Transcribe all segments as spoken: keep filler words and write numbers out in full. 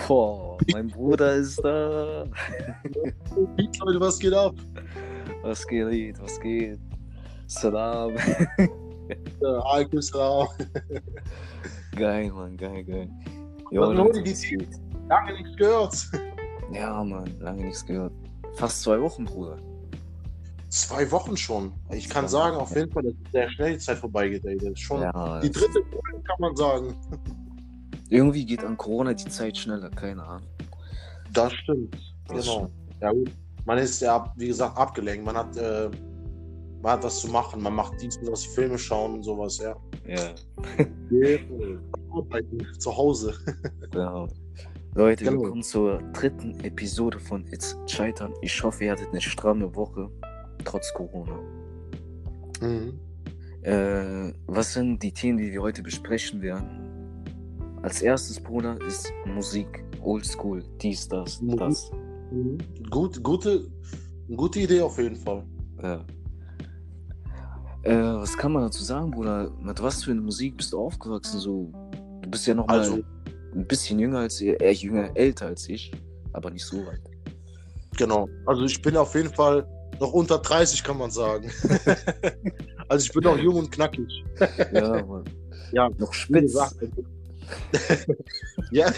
Boah, mein Bruder ist da. Leute, was geht ab? Was geht, was geht? Salam. Ja, Alaikum Salam. Geil, Mann, geil, geil. Was Jo, ist Leute, heute was die geht? Lange nichts gehört. Ja, Mann, lange nichts gehört. Fast zwei Wochen, Bruder. Zwei Wochen schon. Ich kann Zwei sagen, Wochen, auf ja. jeden Fall, dass sehr schnell die Zeit vorbeigeht. Ey. Das ist schon Ja, die das- dritte Folge, kann man sagen. Irgendwie geht an Corona die Zeit schneller, keine Ahnung. Das stimmt. Das genau. stimmt. Ja, gut. Man ist ja, wie gesagt, abgelenkt. Man hat, äh, man hat was zu machen. Man macht Dienst mit was Filme schauen und sowas, ja. Ja, Arbeiten zu Hause. genau. Leute, Genau. willkommen zur dritten Episode von It's Scheitern. Ich hoffe, ihr hattet eine stramme Woche, trotz Corona. Mhm. Äh, was sind die Themen, die wir heute besprechen werden? Als erstes, Bruder, ist Musik, Oldschool, dies, das, Musik. das. Mhm. Gut, gute, gute Idee auf jeden Fall. Ja. Äh, was kann man dazu sagen, Bruder? Mit was für eine Musik bist du aufgewachsen? So, du bist ja noch mal Also, ein bisschen jünger als ich, äh, jünger, älter als ich, aber nicht so weit. genau. Also ich bin auf jeden Fall noch unter dreißig, kann man sagen. Also ich bin noch jung und knackig. Ja, Mann. Ja, Noch wie spitz. gesagt. Ja.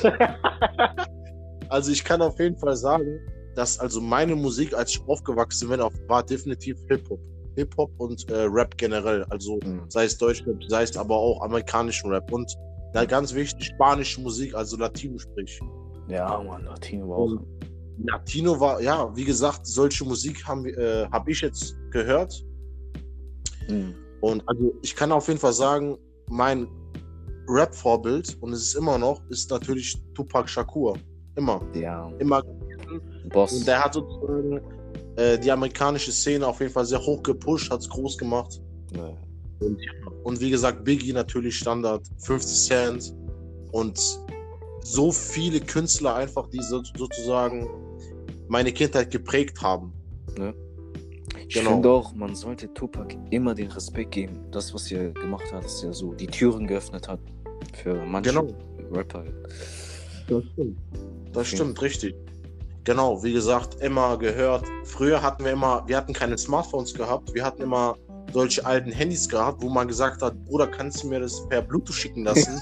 Also ich kann auf jeden Fall sagen, dass also meine Musik, als ich aufgewachsen bin, auf- war definitiv Hip-Hop. Hip-Hop und äh, Rap generell. Also Mhm. sei es Deutschrap, sei es aber auch amerikanischen Rap. Und na, ganz wichtig, spanische Musik, also Latino sprich. Ja, Mann, Latino war auch. Latino war, ja, wie gesagt, solche Musik haben wir, äh, habe ich jetzt gehört. Mhm. Und also ich kann auf jeden Fall sagen, mein Rap-Vorbild, und es ist immer noch, ist natürlich Tupac Shakur. Immer. Ja, Immer. Boss. Und der hat sozusagen äh, die amerikanische Szene auf jeden Fall sehr hoch gepusht, hat es groß gemacht. Ja. Und, und wie gesagt, Biggie natürlich Standard, fünfzig Cent und so viele Künstler einfach, die so, sozusagen meine Kindheit geprägt haben. Ne? Ich Genau. finde auch, man sollte Tupac immer den Respekt geben. Das, was er gemacht hat, dass er so die Türen geöffnet hat für manche Genau. Rapper. Das stimmt. Das Okay. stimmt, richtig. Genau, wie gesagt, immer gehört. Früher hatten wir immer, wir hatten keine Smartphones gehabt, wir hatten immer solche alten Handys gehabt, wo man gesagt hat, Bruder, kannst du mir das per Bluetooth schicken lassen?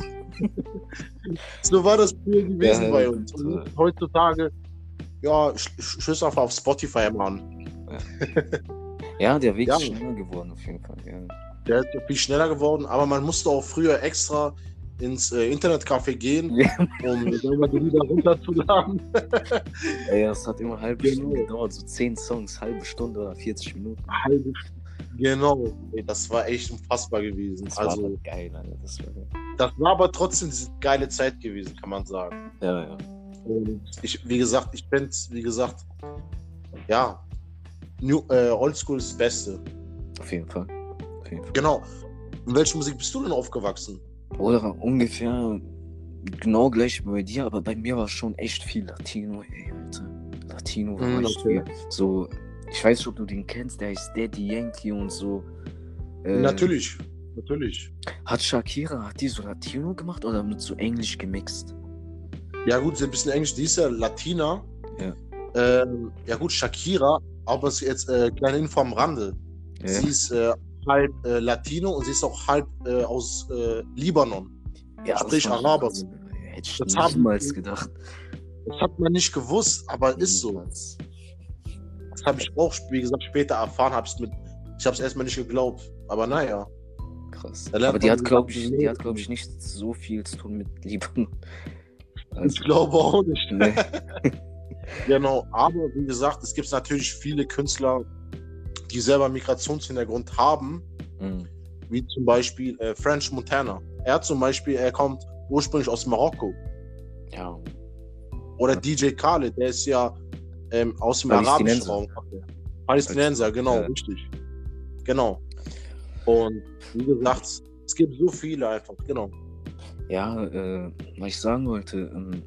So war das früher gewesen Ja, bei ja, uns. gut, Und äh. heutzutage, ja, sch- sch- schüss einfach auf Spotify, Mann. Ja, der Weg Ja. ist schneller geworden auf jeden Fall. Ja. Der ist ja viel schneller geworden, aber man musste auch früher extra ins äh, Internetcafé gehen, Ja. um selber die Lieder runterzuladen. Ey, das hat immer eine halbe Genau. Stunde gedauert, so zehn Songs, halbe Stunde oder vierzig Minuten. Halbe Stunde. Genau, ey, das war echt unfassbar gewesen. Das war Also, aber geil, Alter. Das war geil. das war aber trotzdem diese geile Zeit gewesen, kann man sagen. Ja, ja. Und ich, wie gesagt, ich finde, wie gesagt, ja, New, äh, Oldschool ist das Beste. Auf jeden Fall. Auf jeden Fall. Genau. In welcher Musik bist du denn aufgewachsen? Oder ungefähr genau gleich wie bei dir, aber bei mir war schon echt viel Latino, ey, Alter. Latino war Mhm, echt okay. viel. So, ich weiß nicht, ob du den kennst, der heißt Daddy Yankee und so. Äh, Natürlich, natürlich. Hat Shakira, hat die so Latino gemacht oder mit so Englisch gemixt? Ja gut, sie ist ein bisschen Englisch, die ist ja Latina. Ja. Ähm, ja gut, Shakira, aber es ist jetzt äh, kleine Info am Rande. Ja. Sie ist äh, halb äh, Latino und sie ist auch halb äh, aus äh, Libanon. Ja, das sprich war Araberin. krass. Hätte ich Das haben- niemals gedacht. Das hat man nicht gewusst, aber ist so. Niemals. Das habe ich auch, wie gesagt, später erfahren. Hab's mit, ich habe es erstmal nicht geglaubt. Aber naja. Krass. Da lernt Aber die man hat, die glaube ich, ganzen die Leben. hat, glaube ich, nicht so viel zu tun mit Libanon. Ich Also, glaube auch nicht. nee. Genau, aber wie gesagt, es gibt natürlich viele Künstler, die selber Migrationshintergrund haben, Mhm. wie zum Beispiel äh, French Montana. Er zum Beispiel, er kommt ursprünglich aus Marokko. Ja. Oder D J Khaled, der ist ja ähm, aus dem arabischen Palästinenser. Raum. Palästinenser, genau, Ja. richtig. Genau. Und wie gesagt, es gibt so viele einfach, genau. Ja, äh, was ich sagen wollte, ähm,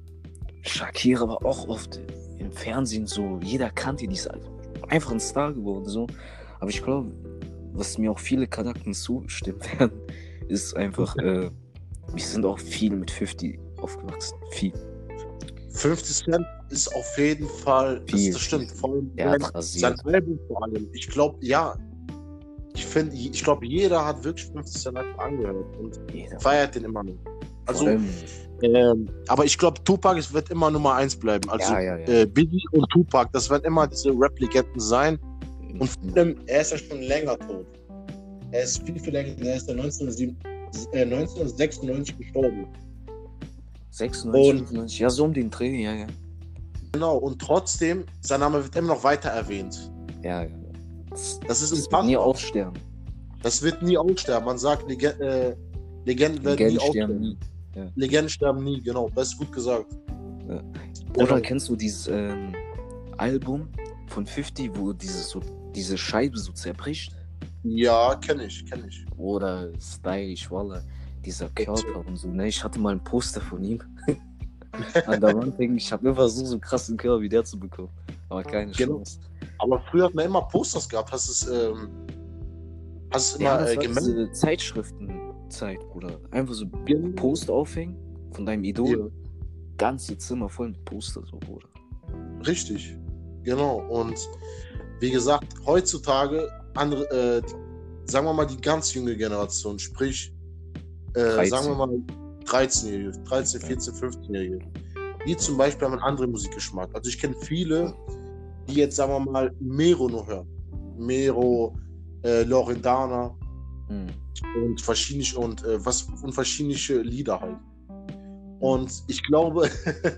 Shakira war auch oft im Fernsehen so, jeder kannte die, ist einfach ein Star geworden, so. Aber ich glaube, was mir auch viele Charaktere zustimmen werden, ist einfach, äh, wir sind auch viel mit fünfzig aufgewachsen, viel. fünfzig Cent ist auf jeden Fall, das, Viel, das stimmt, viel. vor allem Der sein, hat sein rasiert. Album vor allem. Ich glaube, ja, ich finde, ich glaube, jeder hat wirklich fünfzig Cent einfach angehört und Jeder. feiert den immer noch. Vor Also, allem, ähm, aber ich glaube, Tupac es wird immer Nummer eins bleiben. Also, ja, ja, ja. Äh, Biggie und Tupac, das werden immer diese Rap-Legenden sein. Und vor Mhm. allem, er ist ja schon länger tot. Er ist viel, viel länger, er ist ja neunzehnhundertsieben, äh, neunzehnhundertsechsundneunzig gestorben. sechsundneunzig, Und- fünfundneunzig, ja, so um den Dreh, ja, ja. Genau, und trotzdem, sein Name wird immer noch weiter erwähnt. Ja, ja. Das, Das ist das wird nie unfassbar. aufsterben. Das wird nie aussterben. Man sagt, Legen, äh, Legenden werden Legenden nie sterben aussterben. nie. Legenden sterben nie, genau. Das ist gut gesagt. Ja. Genau. Oder kennst du dieses ähm, Album von fünfzig, wo dieses so, diese Scheibe so zerbricht? Ja, kenne ich, kenne ich. Oder Stylish, Wallah, dieser Körper und so. Ne? Ich hatte mal ein Poster von ihm an der Wand hängen. Ich habe immer so so krassen Körper wie der zu bekommen. Aber keine Genau. Chance. Aber früher hat man immer Posters gehabt. Hast du es, ähm, hast du es Ja, immer das äh, war gemeldet? diese Zeitschriftenzeit, Bruder. Einfach so Genau. Poster aufhängen von deinem Idol. Ja. Ganze Zimmer voll mit Poster, so, Bruder. Richtig, genau. Und wie gesagt, heutzutage, andere, äh, die, sagen wir mal, die ganz junge Generation, sprich, äh, dreizehn. sagen wir mal, dreizehnjährige, dreizehn, vierzehn, fünfzehnjährige, die zum Beispiel haben einen anderen Musikgeschmack. Also ich kenne viele, die jetzt, sagen wir mal, Mero nur hören. Mero, äh, Loredana Hm. und verschiedene und äh, was und verschiedene Lieder halt. Und ich glaube,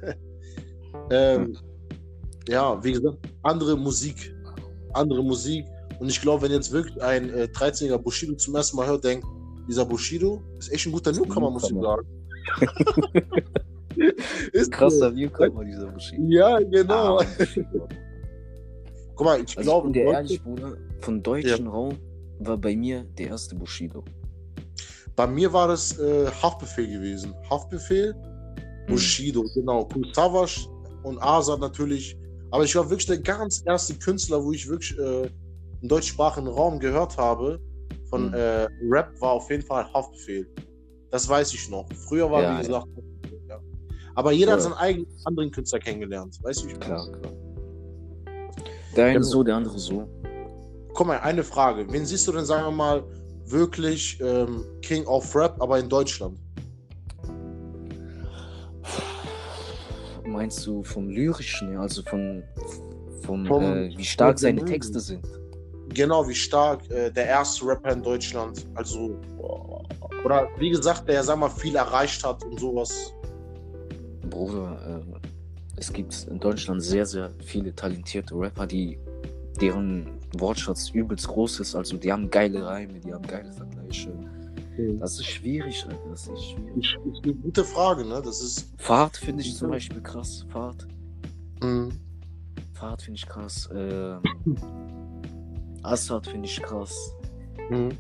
ähm, ja, wie gesagt, andere Musik, andere Musik. Und ich glaube, wenn jetzt wirklich ein äh, dreizehnjähriger Bushido zum ersten Mal hört, denkt, dieser Bushido ist echt ein guter Newcomer, muss ich Newcomer. sagen. Ist Krasser Newcomer, dieser Bushido. Ja, genau. Ah, Bushido. Guck mal, ich Also ich glaube, bin dir Leute- ehrlich, Bruder, von deutschen Raum war bei mir der erste Bushido. bei mir war das äh, Haftbefehl gewesen. Haftbefehl, Hm. Bushido, genau. Kool Savas und Azad natürlich. Aber ich war wirklich der ganz erste Künstler, wo ich wirklich äh, im deutschsprachigen Raum gehört habe von Mhm. äh, Rap, war auf jeden Fall Haftbefehl. Das weiß ich noch. Früher war, Ja, wie ja. gesagt, Haftbefehl, ja. Aber jeder hat Ja. seinen eigenen anderen Künstler kennengelernt. Weißt du, wie ich Klar, meine? klar. Der eine Genau. so, der andere so. Guck mal, eine Frage. Wen siehst du denn, sagen wir mal, wirklich ähm, King of Rap, aber in Deutschland? Meinst du vom Lyrischen, ja, also von, vom, Vom- äh, wie stark vom seine Melodie. Texte sind? Genau, wie stark äh, der erste Rapper in Deutschland, also oder wie gesagt, der, sag mal, viel erreicht hat und sowas. Bruder, äh, es gibt in Deutschland sehr, sehr viele talentierte Rapper, die deren Wortschatz übelst groß ist. Also die haben geile Reime, die haben geile Vergleiche. Das ist schwierig, Alter. Das ist schwierig. Ich, ist eine gute Frage, ne? Das ist. Fahrt finde ich zum Beispiel krass. Fahrt. Mh, Fahrt finde ich krass. Ähm, Assad finde ich krass. mh.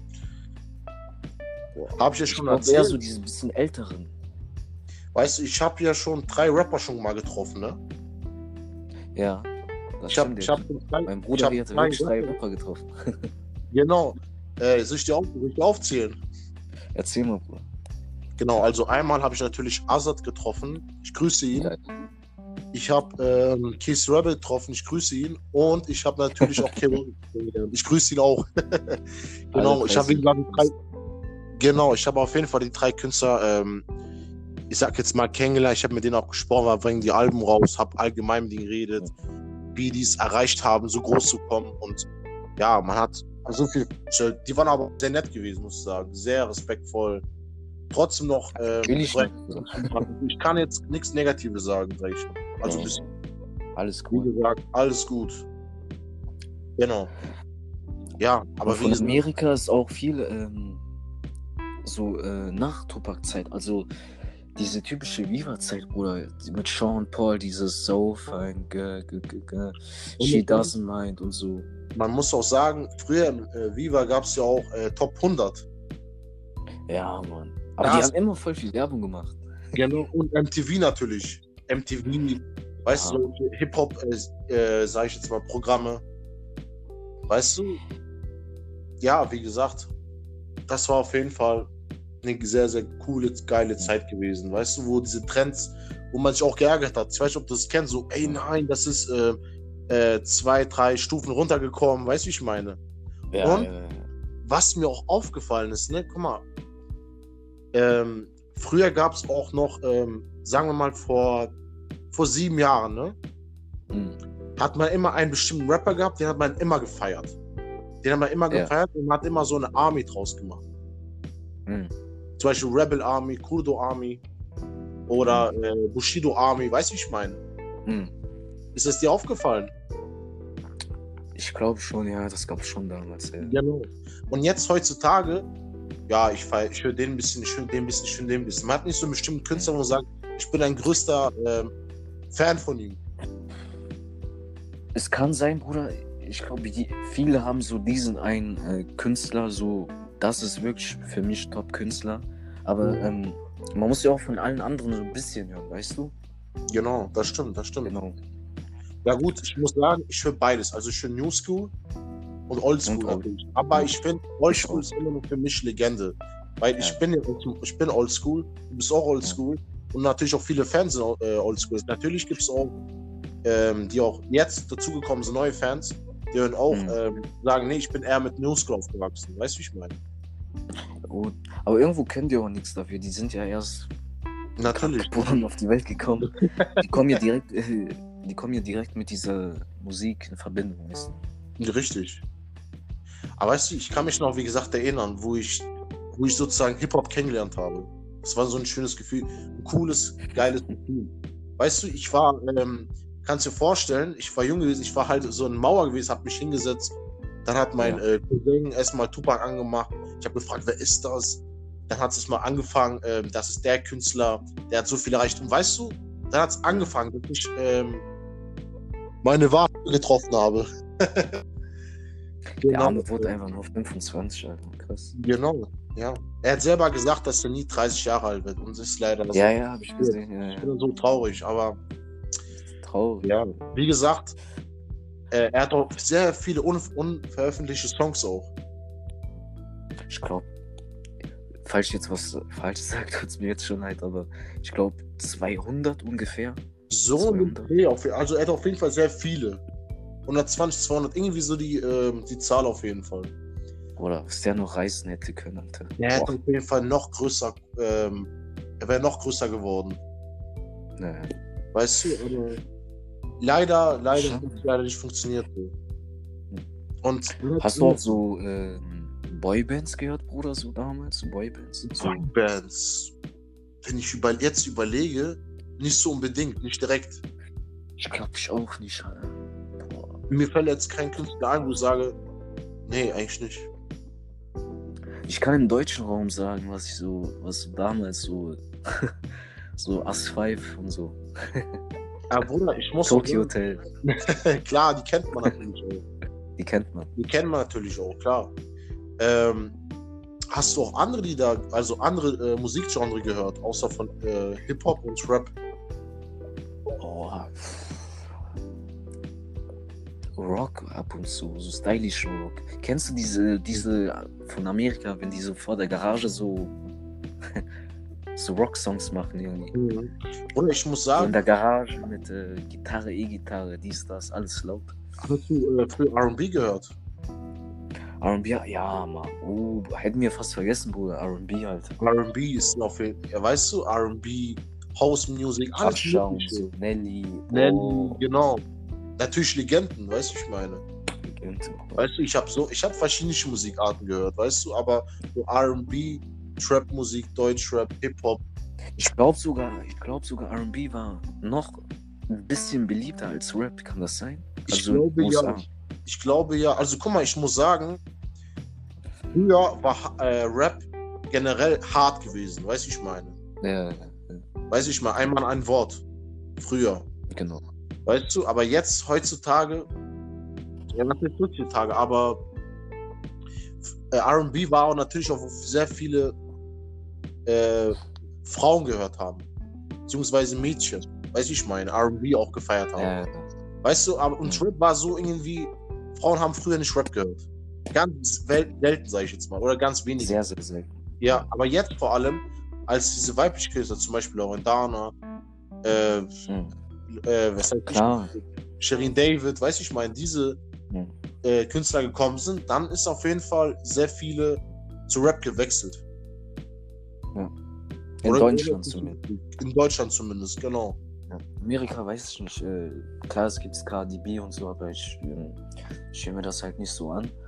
Hab ich ja Ich schon glaube eher erzählt. so diese bisschen älteren. Weißt du, ich habe ja schon drei Rapper schon mal getroffen, ne? Ja. Das Ich habe stimmt, ich ja. hab drei, Mein ich Bruder hab hat drei wirklich drei Rapper- Rapper getroffen. Genau. Äh, soll ich dir auf, soll ich dir aufzählen? Erzähl mal, Bruder. Genau, also einmal habe ich natürlich Azad getroffen. Ich grüße ihn. Geil. Ich habe ähm, Keith Rebel getroffen. Ich grüße ihn. Und ich habe natürlich auch Kevin kennengelernt. Ich grüße ihn auch. Genau, Alle ich habe drei wie gesagt die drei. Genau, ich habe auf jeden Fall die drei Künstler, ähm, ich sag jetzt mal kennengelernt. Ich habe mit denen auch gesprochen, war bringen die Alben raus, habe allgemein mit denen geredet, wie die es erreicht haben, so groß zu kommen. Und ja, man hat so viel. Die waren aber sehr nett gewesen, muss ich sagen. Sehr respektvoll. Trotzdem noch. Ähm, Natürlich korrekt. nicht. ich kann jetzt nichts Negatives sagen, sag ich. Also Ja. bis, Alles wie cool. gesagt, alles gut. Genau. Ja, aber Aber wie von gesagt, Amerika ist auch viel ähm, so äh, nach Tupac-Zeit. Also diese typische Viva-Zeit, Bruder. Mit Sean Paul, dieses So Fine, g, g, g, g, She Doesn't Mind und so. man muss auch sagen, früher im äh, Viva gab es ja auch äh, Top hundert. Ja, Mann. Aber Ja, die es- haben immer voll viel Werbung gemacht. Genau. Und M T V natürlich. M T V, weißt Ja. du, so Hip-Hop, äh, äh, sag ich jetzt mal, Programme. Weißt du? Ja, wie gesagt, das war auf jeden Fall eine sehr, sehr coole, geile Zeit gewesen. Weißt du, wo diese Trends wo man sich auch geärgert hat. Ich weiß nicht, ob du das kennst, so, ey, nein, das ist äh, äh, zwei, drei Stufen runtergekommen, weißt du, wie ich meine? Ja, Und ja, ja. was mir auch aufgefallen ist, ne, guck mal, ähm, früher gab es auch noch, ähm, sagen wir mal, vor, vor sieben Jahren, ne, Mhm. hat man immer einen bestimmten Rapper gehabt, den hat man immer gefeiert. Den hat man immer Ja. gefeiert und man hat immer so eine Army draus gemacht. Mhm. Zum Beispiel Rebel Army, Kurdo Army oder äh, Bushido Army, weißt du, wie ich meine? Mhm. Ist es dir aufgefallen? Ich glaube schon, ja, das gab es schon damals. Ja. Genau. Und jetzt heutzutage, ja, ich feier, ich höre den ein bisschen, ich höre den ein bisschen, ich höre den ein bisschen. Man hat nicht so einen bestimmten Künstler, wo man sagt, ich bin ein größter ähm, Fan von ihm. Es kann sein, Bruder, ich glaube, die, viele haben so diesen einen äh, Künstler, so, das ist wirklich für mich Top-Künstler. Aber Mhm. ähm, man muss ja auch von allen anderen so ein bisschen hören, weißt du? Genau, das stimmt, das stimmt. Genau. Ja gut, ich muss sagen, ich höre beides. Also ich höre New School und Old School Und Old- natürlich. Aber ich finde, Old Ich School auch. ist immer noch für mich Legende. Weil ich Ja. bin ja- ich bin Old School, du bist auch Old Ja. School und natürlich auch viele Fans sind äh, Old School. Natürlich gibt es auch, ähm, die auch jetzt dazugekommen sind, neue Fans, die hören auch Mhm. ähm, sagen, nee, ich bin eher mit New School aufgewachsen. Weißt du, wie ich meine? Gut. Aber irgendwo können die auch nichts dafür. Die sind ja erst Natürlich. geboren auf die Welt gekommen. Die kommen ja direkt, äh, die kommen ja direkt mit dieser Musik in Verbindung, weißt du? Richtig. Aber weißt du, ich kann mich noch, wie gesagt, erinnern, wo ich, wo ich sozusagen Hip-Hop kennengelernt habe. Das war so ein schönes Gefühl, ein cooles, geiles Gefühl. Weißt du, ich war, ähm, kannst du dir vorstellen, ich war jung gewesen, ich war halt so eine Mauer gewesen, hab mich hingesetzt. Dann hat mein Ja. äh, Cousin erstmal Tupac angemacht. Ich habe gefragt, wer ist das? Dann hat es mal angefangen, ähm, das ist der Künstler, der hat so viel erreicht. Und weißt du, dann hat es angefangen, dass ich ähm, meine Wahl getroffen habe. Der Arme wurde einfach nur fünfundzwanzig, Alter. Krass. Genau, ja. Er hat selber gesagt, dass er nie dreißig Jahre alt wird. Und das ist leider so. Ja, ja, hab ich gesehen. Ja, Ich ja. bin so traurig, aber Traurig. ja, wie gesagt, äh, er hat auch sehr viele un unveröffentlichte Songs auch. Ich glaube, falls ich jetzt was falsch sage, tut es mir jetzt schon leid, aber ich glaube zweihundert ungefähr. So ein zweihundert. Dreh auf, also er hat auf jeden Fall sehr viele. hundertzwanzig, zweihundert, irgendwie so die, ähm, die Zahl auf jeden Fall. Oder was der noch reißen hätte können, Alter. Er hätte Boah. auf jeden Fall noch größer, ähm, er wäre noch größer geworden. Naja. Weißt du, also, leider, leider Schade. hat es leider nicht funktioniert. So. Und Hast du auch so ähm, Boybands gehört, Bruder, so damals? So Boybands? So. Boybands, wenn ich über, jetzt überlege, nicht so unbedingt, nicht direkt. Ich glaube ich auch nicht, Alter. Boah. Mir fällt jetzt kein Künstler ein, wo ich sage, nee, eigentlich nicht. Ich kann im deutschen Raum sagen, was ich so, was so damals so, so As fünf und so. Aber Bruder, ich muss auch Tokyo sagen, Hotel, klar, die kennt man natürlich auch. die kennt man. Die kennen wir natürlich auch, klar. Ähm, hast du auch andere Lieder, also andere äh, Musikgenre gehört, außer von äh, Hip-Hop und Rap? Oh. Rock ab und zu, so stylischen Rock. Kennst du diese, diese von Amerika, wenn die so vor der Garage so, so Rock-Songs machen irgendwie? Oder ich muss So in sagen, der Garage mit äh, Gitarre, E-Gitarre, dies, das, alles laut. hast du äh, früher R und B gehört? R und B, ja, Mann. Oh, hätten wir fast vergessen, Bruder. R und B, Alter. R und B ist auf jeden Fall, ja, weißt du, R und B, House Music, alles Ascha und Mögliche. so, Nelly. Nelly, Oh, genau. Natürlich Legenden, weißt du, ich meine. Legende. Weißt du, ich habe so, ich habe verschiedene Musikarten gehört, weißt du, aber so R und B, Trap-Musik, Deutschrap, Hip-Hop. Ich glaube sogar, ich glaube sogar R und B war noch ein bisschen beliebter als Rap, kann das sein? Ich Also in glaube den U S A. ja. Ich glaube ja, also guck mal, ich muss sagen, früher war äh, Rap generell hart gewesen, weißt du, ich meine. Ja, ja, Weißt du, ich meine, einmal ein Wort. Früher. genau. Weißt du, aber jetzt, heutzutage, ja, natürlich heutzutage, aber äh, R und B war auch natürlich auch, wo sehr viele äh, Frauen gehört haben. Beziehungsweise Mädchen. Weißt du, ich meine, R und B auch gefeiert haben. Ja, ja. Weißt du, aber und Mhm. Rap war so irgendwie, Frauen haben früher nicht Rap gehört. Ganz wel- selten, sage ich jetzt mal, oder ganz wenig. Sehr, sehr selten. Ja, aber jetzt vor allem, als diese weiblichen Künstler, zum Beispiel Loredana äh, Hm. äh, was heißt Klar. Shirin David, weiß ich meine, diese Hm. äh, Künstler gekommen sind, dann ist auf jeden Fall sehr viele zu Rap gewechselt. In Oder- Deutschland zumindest. In Deutschland zumindest, genau. Ja. Amerika weiß ich nicht. Äh, klar, es gibt K D B und so, aber ich, ähm, ich höre mir das halt nicht so an.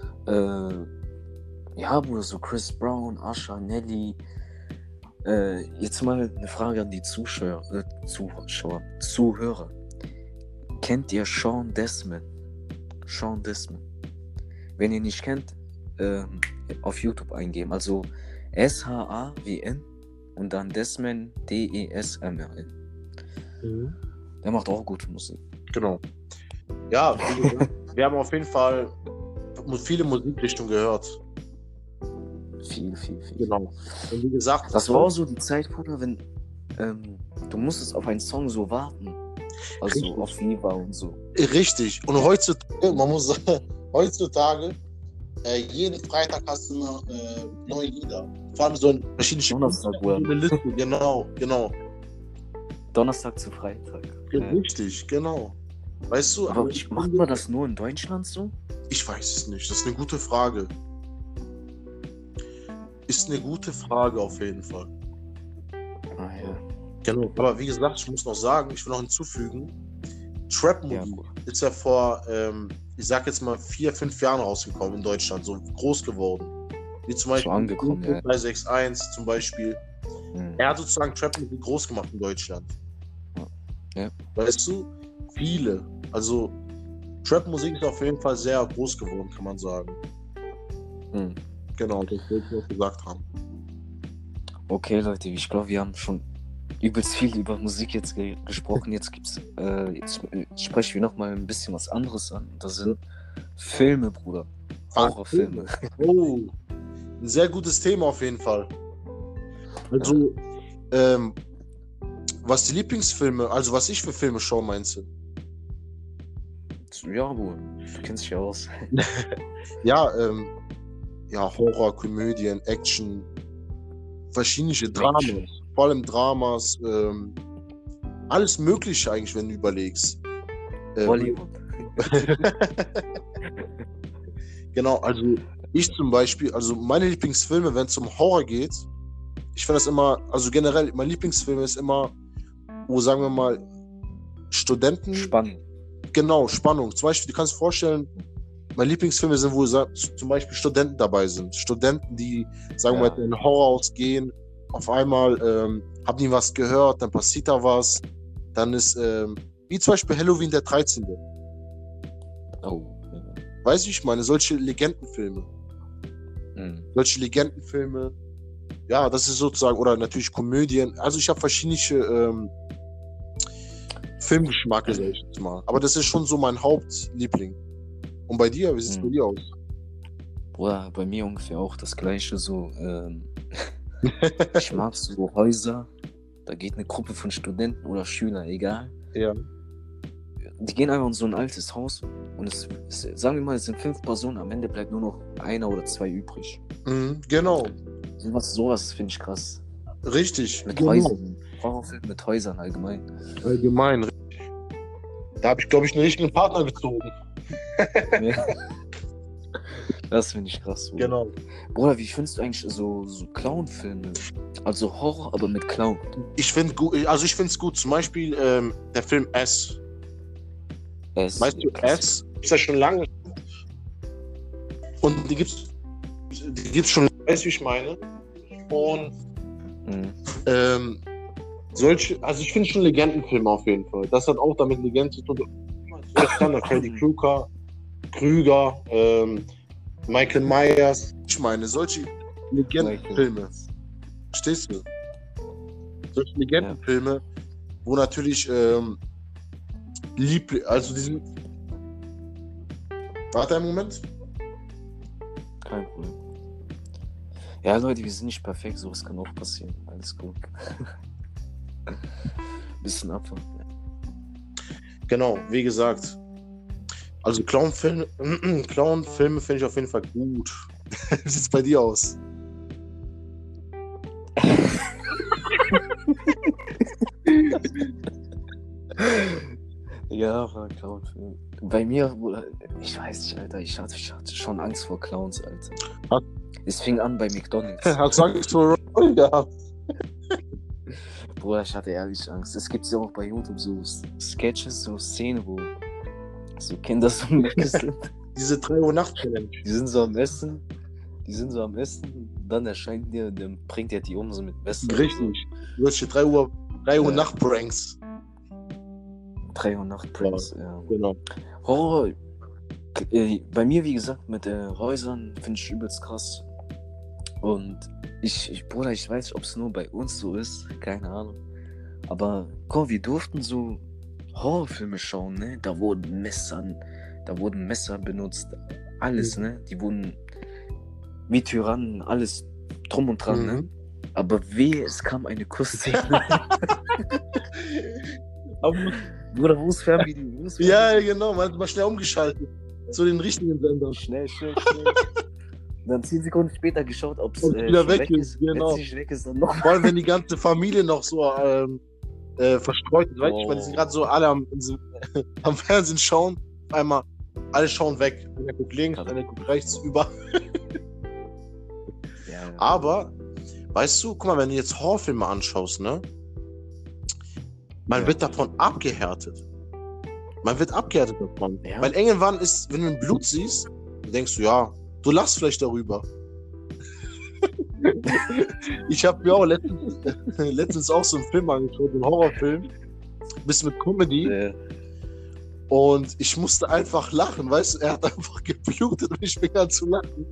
Äh, ja, Bruder, so Chris Brown, Usher, Nelly. Äh, jetzt mal eine Frage an die Zuschauer, äh, Zuschauer, Zuhörer. Kennt ihr Sean Desmond? Sean Desmond. Wenn ihr nicht kennt, ähm, auf YouTube eingeben. Also S H A W N und dann Desmond D E S M R N. Mhm. Der macht auch gute Musik. Genau. Ja, wie gesagt, wir haben auf jeden Fall viele Musikrichtungen gehört. Viel, viel, viel. Genau. Und wie gesagt, Das war auch so die Zeit, Bruder, wenn ähm, du musstest auf einen Song so warten. Also Richtig. auf Viva und so. Richtig. Und heutzutage, man muss sagen, heutzutage, äh, jeden Freitag hast du immer äh, neue Lieder. Vor allem so in verschiedenen Donnerstag, Bruder. eine Liste. Genau, genau. Donnerstag zu Freitag. Äh, Richtig, genau. Weißt du, aber ich, macht man das nur in Deutschland so? Ich weiß es nicht. Das ist eine gute Frage. Ist eine gute Frage auf jeden Fall. Ah ja. Genau. Aber wie gesagt, ich muss noch sagen, ich will noch hinzufügen, Trap-Musik Ja, Bruder. ist ja vor, ähm, ich sag jetzt mal, vier, fünf Jahren rausgekommen in Deutschland, so groß geworden. Wie zum Beispiel angekommen, ja. drei sechs eins zum Beispiel. Hm. Er hat sozusagen Trap-Musik groß gemacht in Deutschland. Ja. Weißt du, viele. Also Trap-Musik ist auf jeden Fall sehr groß geworden, kann man sagen. Hm. Genau, das wollte ich auch gesagt haben. Okay, Leute, ich glaube, wir haben schon übelst viel über Musik jetzt ge gesprochen. Jetzt gibt's, äh, jetzt äh, sprechen wir noch mal ein bisschen was anderes an. Das sind Filme, Bruder. Horrorfilme. Oh, ein sehr gutes Thema auf jeden Fall. Also, ähm, was die Lieblingsfilme, also was ich für Filme schaue, meinst du? Ja, Bruder, du kennst dich ja aus. Ja, ähm, ja, Horror, Komödien, Action, verschiedene Dramen, vor allem Dramas, ähm, alles Mögliche eigentlich, wenn du überlegst. Ähm, Hollywood. Genau, also ich zum Beispiel, also meine Lieblingsfilme, wenn es um Horror geht, ich finde das immer, also generell, mein Lieblingsfilm ist immer, wo sagen wir mal, Studenten. Spannend. Genau, Spannung. Zum Beispiel, du kannst dir vorstellen, meine Lieblingsfilme sind, wo sa- zum Beispiel Studenten dabei sind. Studenten, die, sagen wir Ja. mal, in ein Horrorhaus gehen, auf einmal ähm, haben die was gehört, dann passiert da was, dann ist, ähm, wie zum Beispiel Halloween der dreizehnte. Oh. Weißt du, wie ich meine? Solche Legendenfilme. Hm. Solche Legendenfilme. Ja, das ist sozusagen, oder natürlich Komödien. Also ich habe verschiedene ähm, Filmgeschmacke, sag ich jetzt mal. Aber das ist schon so mein Hauptliebling. Und bei dir, wie sieht es Hm. bei dir aus? Bruder, bei mir ungefähr auch das gleiche so. Ähm, ich mag so Häuser. Da geht eine Gruppe von Studenten oder Schülern, egal. Ja. Die gehen einfach in so ein altes Haus und es, es sagen wir mal, es sind fünf Personen, am Ende bleibt nur noch einer oder zwei übrig. Mhm, genau. Sowas, sowas finde ich krass. Richtig. Mit genau. Häusern. Horrorfilm mit Häusern allgemein. Allgemein. Da habe ich, glaube ich, einen richtigen Partner gezogen. Ja. Das finde ich krass. Bruder. Genau. Bruder, wie findest du eigentlich so, so Clown-Filme? Also Horror, aber mit Clown. Ich finde gut, also ich finde es gut. Zum Beispiel ähm, der Film S. Es Weißt du, S ist ja schon lange. Und die gibt's, die gibt's schon, weißt du, wie ich meine? Und Mhm. ähm, solche, also ich finde schon Legendenfilme auf jeden Fall. Das hat auch damit Legenden zu tun. Der Standard, Freddy Krueger, Krüger, ähm, Michael Myers. Ich meine, solche Legendenfilme. Verstehst du? Solche Legendenfilme, wo natürlich ähm, lieb, also diesen. Warte einen Moment. Kein Problem. Ja, Leute, wir sind nicht perfekt, sowas kann auch passieren. Alles gut. Bisschen abwarten. Genau, wie gesagt. Also Clown-Filme Clown-Filme finde ich auf jeden Fall gut. Wie sieht's bei dir aus? Ja, war Clownfilm. Bei mir, Bruder, ich weiß nicht, Alter, ich hatte, ich hatte schon Angst vor Clowns, Alter. Hat- Es fing an bei McDonalds. Hat's Angst vor Roy gehabt. Bruder, ich hatte ehrlich Angst. Es gibt ja auch bei YouTube so Sketches, so Szenen, wo so Kinder so Mecke sind. Diese drei Uhr Nacht-Challenge. Die sind so am Essen, die sind so am Essen, dann erscheint dir, dann bringt er die um so mit Messer. Richtig. Du hast hier drei Uhr, drei Uhr Ja. Nacht-Pranks. drei Uhr Nacht Pranks, ja. Genau. Horror, äh, bei mir, wie gesagt, mit äh, Häusern finde ich übelst krass. Und ich, ich, Bruder, ich weiß nicht, ob es nur bei uns so ist, keine Ahnung. Aber komm, wir durften so Horrorfilme schauen, ne? Da wurden Messer, da wurden Messer benutzt, alles, Mhm. ne? Die wurden wie Tyrannen, alles drum und dran, Mhm. ne? Aber wehe, es kam eine Kussszene. Aber, Bruder, wo ist Fernvideo? Wo ist ja, genau. Man hat mal schnell umgeschaltet. Zu den richtigen Sendern. Schnell, schnell, schnell. Dann zehn Sekunden später geschaut, ob es Ob's äh, wieder schon weg weg ist, ist. genau. Wenn es nicht weg ist, dann noch. Vor allem, wenn die ganze Familie noch so ähm, äh, verstreut ist. Weißt du, weil die sind gerade so alle am, so, am Fernsehen schauen. Auf einmal, alle schauen weg. Einer guckt links, Krass. einer guckt rechts, über. Ja, ja. Aber, weißt du, guck mal, wenn du jetzt Horrorfilme anschaust, ne? Man Ja. wird davon abgehärtet. Man wird abgehärtet davon. Ja. Weil irgendwann ist, wenn du ein Blut siehst, denkst du, ja, du lachst vielleicht darüber. Ich habe mir auch letztens, letztens auch so einen Film angeschaut, einen Horrorfilm. Ein bisschen mit Comedy. Äh, Und ich musste einfach lachen, weißt du? Er hat einfach geblutet und ich fing an zu lachen.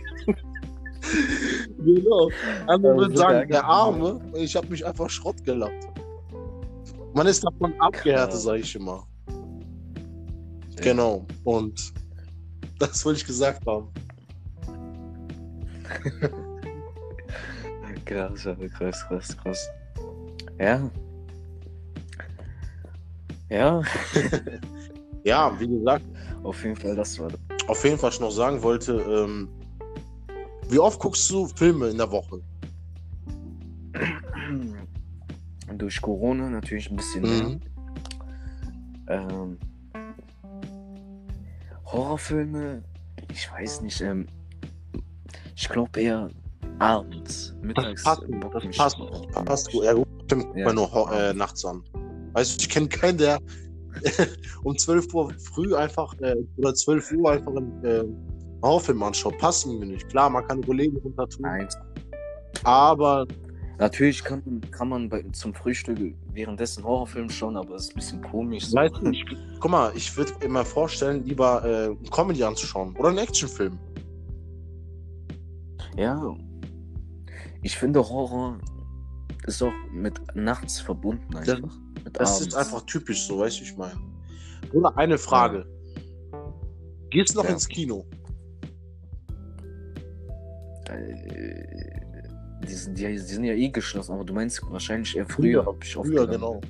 Genau. Andere Aber würden so sagen, geil. der Arme. Und ich habe mich einfach Schrott gelacht. Man ist davon abgehärtet, Krass. sage ich immer. Ja. Genau. Und das wollte ich gesagt haben. krass, aber krass, krass, krass. Ja. Ja, Ja, wie gesagt, auf jeden Fall, das war auf jeden Fall, was ich noch sagen wollte, ähm, wie oft guckst du Filme in der Woche? durch Corona natürlich ein bisschen mehr. Mhm. Ähm, Horrorfilme, ich weiß nicht, ähm, ich glaube eher abends, mittags. passt, äh, Bock das mich passt, drauf. passt gut. Ja, gut, stimmt, guck Ja. mal nur ho- äh, nachts an. Weißt du, ich kenne keinen, der um zwölf Uhr früh einfach äh, oder zwölf Uhr einfach einen äh, Horrorfilm anschaut. Passt mir nicht. Klar, man kann Kollegen runter tun, Nein. aber Natürlich kann, kann man bei, zum Frühstück währenddessen Horrorfilm schauen, aber es ist ein bisschen komisch. So. weißt du, ich, guck mal, ich würde mir vorstellen, lieber äh, eine Comedy anzuschauen oder einen Actionfilm. Ja, ich finde Horror ist auch mit nachts verbunden einfach. Mit Das abends. ist einfach typisch so, weißt du, wie ich meine. Oder eine Frage. Gehst du noch Ja. ins Kino? Äh, die, sind, die, die sind ja eh geschlossen, aber du meinst wahrscheinlich eher Früher, früher. hab ich Früher, aufgenommen. genau.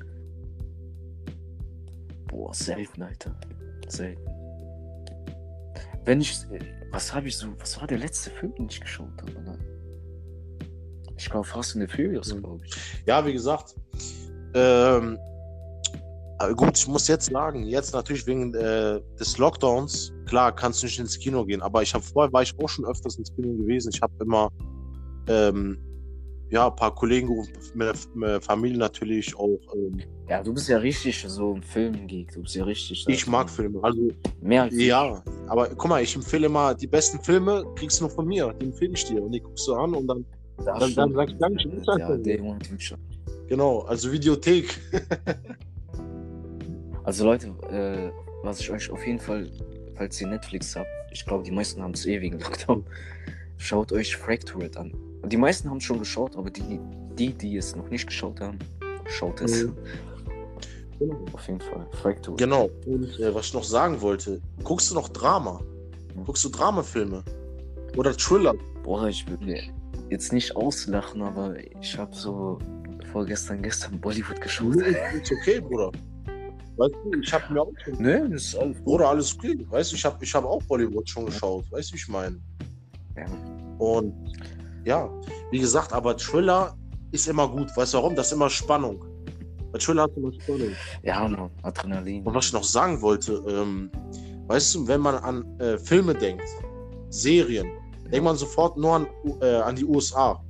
Boah, selten, Alter. Selten. Wenn ich. Was habe ich so. Was war der letzte Film, den ich geschaut habe? Oder? Ich glaube Fast and the Furious, Mhm. glaube ich. Ja, wie gesagt. Ähm, aber gut, ich muss jetzt sagen, jetzt natürlich wegen äh, des Lockdowns, klar, kannst du nicht ins Kino gehen, aber ich habe vorher war ich auch schon öfters ins Kino gewesen. Ich habe immer ähm, ja, ein paar Kollegen gerufen, mit der, mit der Familie natürlich auch. Ähm, Ja, du bist ja richtig so ein Filmgeek. Du bist ja richtig. ich mag Filme. Also, Mehr als ja, aber guck mal, ich empfehle immer, die besten Filme kriegst du nur von mir. Die empfehle ich dir. Und die guckst du an und dann, ich. dann, dann sagst du, danke, ich Ja, Day One Future. genau, also Videothek. Also Leute, äh, was ich euch auf jeden Fall, falls ihr Netflix habt, ich glaube, die meisten haben es eh wegen Lockdown, schaut euch Fractured an. Und die meisten haben es schon geschaut, aber die, die, die es noch nicht geschaut haben, schaut es. Mhm. Genau. Auf jeden Fall. Fractured. Genau. Und äh, was ich noch sagen wollte, guckst du noch Drama? Guckst du Dramafilme? Oder Thriller? Boah, ich will mir jetzt nicht auslachen, aber ich habe so vorgestern, gestern Bollywood geschaut. Nee, ist okay, Bruder. Weißt du, ich habe mir auch schon... Ne, das ist alles gut. Bruder, alles okay. Weißt du, ich habe ich hab auch Bollywood schon geschaut. Weißt du, wie ich meine? Ja. Und ja, wie gesagt, aber Thriller ist immer gut. Weißt du warum? Das ist immer Spannung. Was Thriller hat immer Spannung. Ja, Mann, Adrenalin. Und was ich noch sagen wollte, ähm, weißt du, wenn man an äh, Filme denkt, Serien, Ja. denkt man sofort nur an, äh, an die U S A.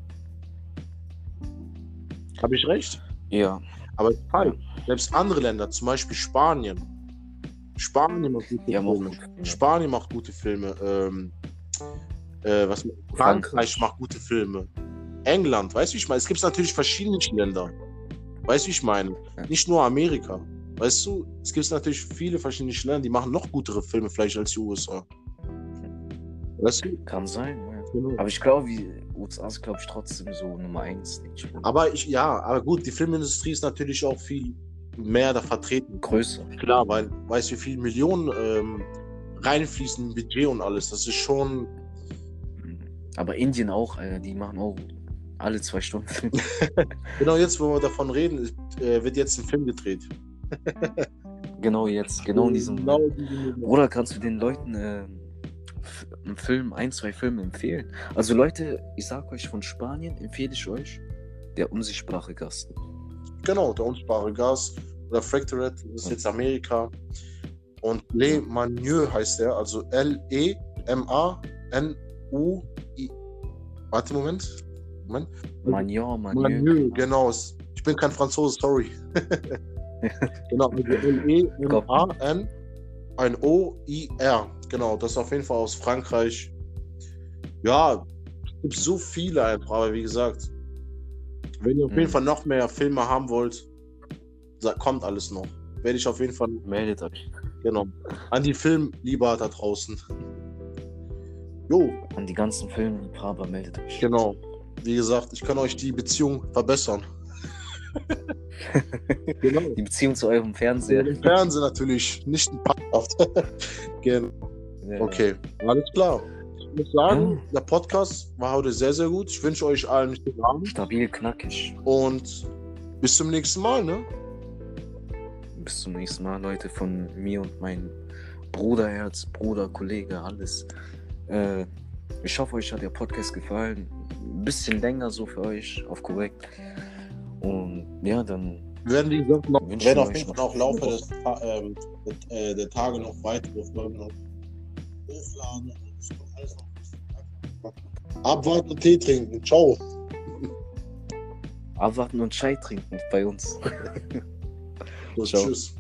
Habe ich recht? Ja, Aber falsch. Selbst andere Länder, zum Beispiel Spanien. Spanien macht gute die haben auch Filme. gute Filme. Spanien macht gute Filme. Ähm, äh, was, Frankreich Frankreich. macht gute Filme. England, weißt du, wie ich meine? Es gibt natürlich verschiedene Länder. Weißt du, wie ich meine? Ja. Nicht nur Amerika. Weißt du, es gibt natürlich viele verschiedene Länder, die machen noch gutere Filme vielleicht als die U S A. Weißt du? Kann sein, ja. Genau. Aber ich glaube, die U S A ist, glaube ich, trotzdem so Nummer eins. Nicht? Aber ich, ja, aber gut, die Filmindustrie ist natürlich auch viel mehr da vertreten. Größer. Klar, weil, weißt du, wie viele Millionen ähm, reinfließen im Budget und alles. Das ist schon. Aber Indien auch, Alter, die machen auch alle zwei Stunden Film. Genau jetzt, wo wir davon reden, ist, äh, wird jetzt ein Film gedreht. Genau jetzt, genau in diesem. Genau in diesem Moment. Oder kannst du den Leuten äh, f- einen Film, ein, zwei Filme empfehlen? Also Leute, ich sag euch, von Spanien empfehle ich euch Der unsichtbare Gast. Genau, der unsichtbare Gast oder Fractured, das ist jetzt Amerika. Und Le Manieu heißt der, also L E M A N U I. Warte, Moment. Moment. Magnon, Manieu. Manieu, genau. Ich bin kein Franzose, sorry. Genau, also L E M A N ein O I R. Genau, das ist auf jeden Fall aus Frankreich. Ja, es gibt so viele einfach, aber wie gesagt, wenn ihr auf Mhm. jeden Fall noch mehr Filme haben wollt, sa- kommt alles noch. Werde ich auf jeden Fall, Meldet euch. genau, an die Filmliebhaber da draußen. Jo, An die ganzen Filmliebhaber meldet euch. genau. Wie gesagt, ich kann euch die Beziehung verbessern. Genau. Die Beziehung zu eurem Fernseher. Im Fernsehen natürlich, nicht ein Podcast. Genau. Ja. Okay, alles klar. Ich muss sagen, der Podcast war heute sehr, sehr gut. Ich wünsche euch allen einen schönen Abend Stabil, knackig. und bis zum nächsten Mal, ne? Bis zum nächsten Mal, Leute, von mir und meinem Bruderherz, Bruder, Kollege, alles. Äh, ich hoffe, euch hat der Podcast gefallen. Ein bisschen länger so für euch, auf korrekt. Und ja, dann Wir werden, wie gesagt, noch, Wünschen werden auf euch jeden Fall noch auch im Laufe des, Ta- ähm, der, äh, der Tage noch weitere Folgen noch hochladen. Und es kommt alles noch. Abwarten und Tee trinken. Ciao. abwarten und Chai trinken bei uns. So, Ciao. tschüss.